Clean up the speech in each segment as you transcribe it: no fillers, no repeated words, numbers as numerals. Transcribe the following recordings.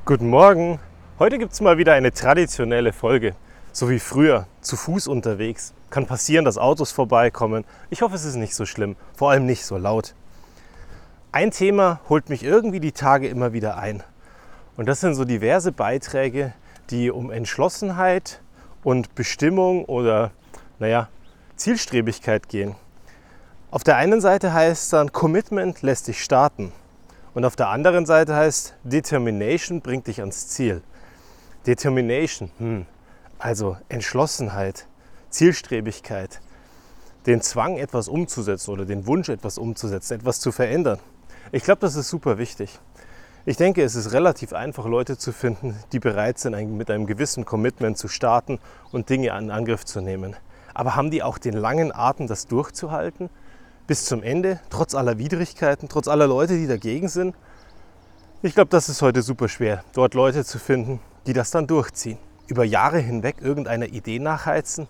Guten Morgen! Heute gibt es mal wieder eine traditionelle Folge. So wie früher, zu Fuß unterwegs. Kann passieren, dass Autos vorbeikommen. Ich hoffe, es ist nicht so schlimm, vor allem nicht so laut. Ein Thema holt mich irgendwie die Tage immer wieder ein. Und das sind so diverse Beiträge, die um Entschlossenheit und Bestimmung oder, Zielstrebigkeit gehen. Auf der einen Seite heißt dann, Commitment lässt dich starten. Und auf der anderen Seite heißt, Determination bringt dich ans Ziel. Determination, also Entschlossenheit, Zielstrebigkeit, den Zwang, etwas umzusetzen oder den Wunsch, etwas umzusetzen, etwas zu verändern. Ich glaube, das ist super wichtig. Ich denke, es ist relativ einfach, Leute zu finden, die bereit sind, mit einem gewissen Commitment zu starten und Dinge in Angriff zu nehmen. Aber haben die auch den langen Atem, das durchzuhalten? Bis zum Ende, trotz aller Widrigkeiten, trotz aller Leute, die dagegen sind? Ich glaube, das ist heute super schwer, dort Leute zu finden, die das dann durchziehen. Über Jahre hinweg irgendeiner Idee nachheizen?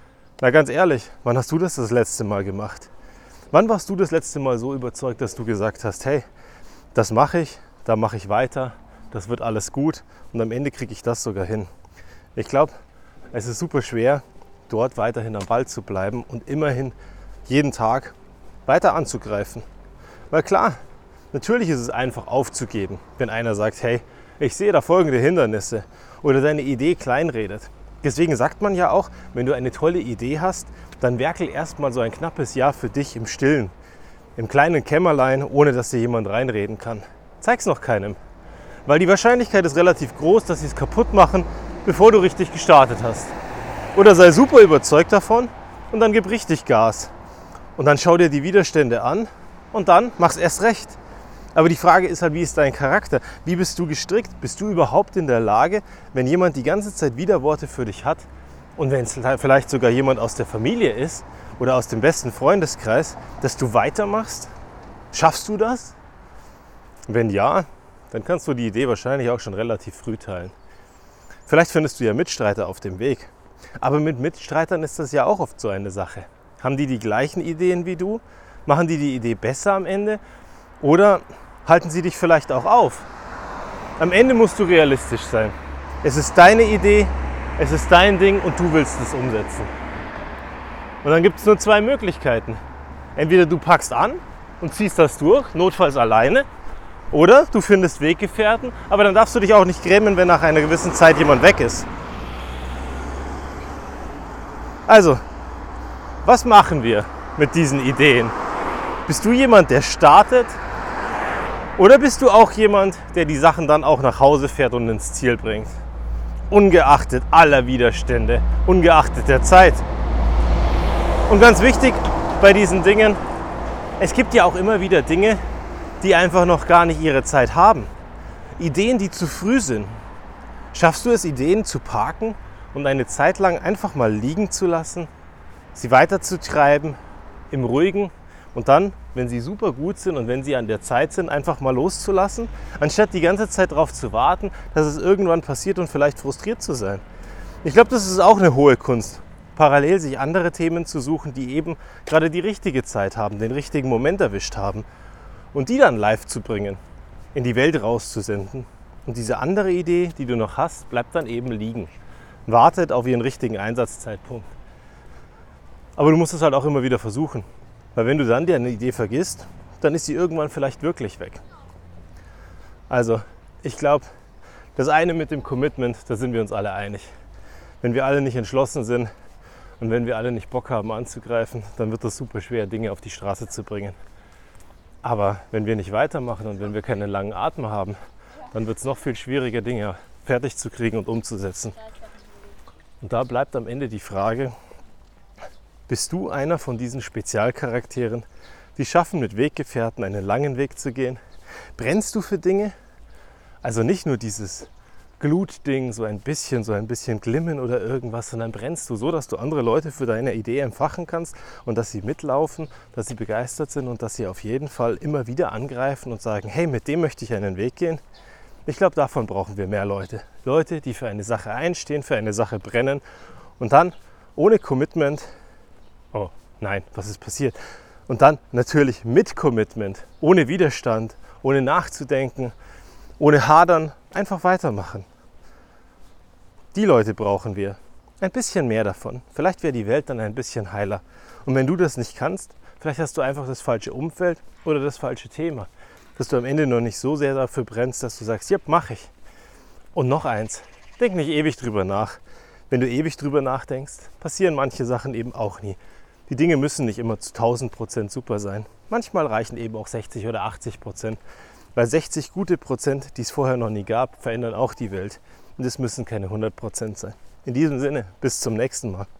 Na ganz ehrlich, wann hast du das letzte Mal gemacht? Wann warst du das letzte Mal so überzeugt, dass du gesagt hast, hey, das mache ich, da mache ich weiter, das wird alles gut und am Ende kriege ich das sogar hin. Ich glaube, es ist super schwer, dort weiterhin am Ball zu bleiben und immerhin jeden Tag weiter anzugreifen. Weil klar, natürlich ist es einfach aufzugeben, wenn einer sagt, hey, ich sehe da folgende Hindernisse oder deine Idee kleinredet. Deswegen sagt man ja auch, wenn du eine tolle Idee hast, dann werkel erstmal so ein knappes Jahr für dich im Stillen, im kleinen Kämmerlein, ohne dass dir jemand reinreden kann. Zeig's noch keinem, weil die Wahrscheinlichkeit ist relativ groß, dass sie es kaputt machen, bevor du richtig gestartet hast. Oder sei super überzeugt davon und dann gib richtig Gas. Und dann schau dir die Widerstände an und dann mach's erst recht. Aber die Frage ist halt, wie ist dein Charakter? Wie bist du gestrickt? Bist du überhaupt in der Lage, wenn jemand die ganze Zeit Widerworte für dich hat und wenn es vielleicht sogar jemand aus der Familie ist oder aus dem besten Freundeskreis, dass du weitermachst? Schaffst du das? Wenn ja, dann kannst du die Idee wahrscheinlich auch schon relativ früh teilen. Vielleicht findest du ja Mitstreiter auf dem Weg. Aber mit Mitstreitern ist das ja auch oft so eine Sache. Haben die gleichen Ideen wie du? Machen die Idee besser am Ende? Oder halten sie dich vielleicht auch auf? Am Ende musst du realistisch sein. Es ist deine Idee, es ist dein Ding und du willst es umsetzen. Und dann gibt es nur zwei Möglichkeiten. Entweder du packst an und ziehst das durch, notfalls alleine, oder du findest Weggefährten, aber dann darfst du dich auch nicht grämen, wenn nach einer gewissen Zeit jemand weg ist. Also, was machen wir mit diesen Ideen? Bist du jemand, der startet? Oder bist du auch jemand, der die Sachen dann auch nach Hause fährt und ins Ziel bringt? Ungeachtet aller Widerstände, ungeachtet der Zeit. Und ganz wichtig bei diesen Dingen, es gibt ja auch immer wieder Dinge, die einfach noch gar nicht ihre Zeit haben. Ideen, die zu früh sind. Schaffst du es, Ideen zu parken und eine Zeit lang einfach mal liegen zu lassen? Sie weiterzutreiben im Ruhigen und dann, wenn sie super gut sind und wenn sie an der Zeit sind, einfach mal loszulassen, anstatt die ganze Zeit darauf zu warten, dass es irgendwann passiert und vielleicht frustriert zu sein. Ich glaube, das ist auch eine hohe Kunst, parallel sich andere Themen zu suchen, die eben gerade die richtige Zeit haben, den richtigen Moment erwischt haben und die dann live zu bringen, in die Welt rauszusenden. Und diese andere Idee, die du noch hast, bleibt dann eben liegen, wartet auf ihren richtigen Einsatzzeitpunkt. Aber du musst es halt auch immer wieder versuchen. Weil wenn du dann dir eine Idee vergisst, dann ist sie irgendwann vielleicht wirklich weg. Also, ich glaube, das eine mit dem Commitment, da sind wir uns alle einig. Wenn wir alle nicht entschlossen sind und wenn wir alle nicht Bock haben anzugreifen, dann wird das super schwer, Dinge auf die Straße zu bringen. Aber wenn wir nicht weitermachen und wenn wir keinen langen Atem haben, dann wird es noch viel schwieriger, Dinge fertig zu kriegen und umzusetzen. Und da bleibt am Ende die Frage, bist du einer von diesen Spezialcharakteren, die schaffen, mit Weggefährten einen langen Weg zu gehen? Brennst du für Dinge? Also nicht nur dieses Glutding, so ein bisschen glimmen oder irgendwas, sondern brennst du so, dass du andere Leute für deine Idee entfachen kannst und dass sie mitlaufen, dass sie begeistert sind und dass sie auf jeden Fall immer wieder angreifen und sagen, hey, mit dem möchte ich einen Weg gehen? Ich glaube, davon brauchen wir mehr Leute. Leute, die für eine Sache einstehen, für eine Sache brennen und dann ohne Commitment, oh nein, was ist passiert? Und dann natürlich mit Commitment, ohne Widerstand, ohne nachzudenken, Ohne Hadern, einfach weitermachen. Die Leute brauchen wir. Ein bisschen mehr davon. Vielleicht wäre die Welt dann ein bisschen heiler. Und wenn du das nicht kannst, vielleicht hast du einfach das falsche Umfeld oder das falsche Thema. Dass du am Ende noch nicht so sehr dafür brennst, dass du sagst, ja, mach ich. Und noch eins, denk nicht ewig drüber nach. Wenn du ewig drüber nachdenkst, passieren manche Sachen eben auch nie. Die Dinge müssen nicht immer zu 1000% super sein. Manchmal reichen eben auch 60 oder 80%. Weil 60 gute Prozent, die es vorher noch nie gab, verändern auch die Welt. Und es müssen keine 100% sein. In diesem Sinne, bis zum nächsten Mal.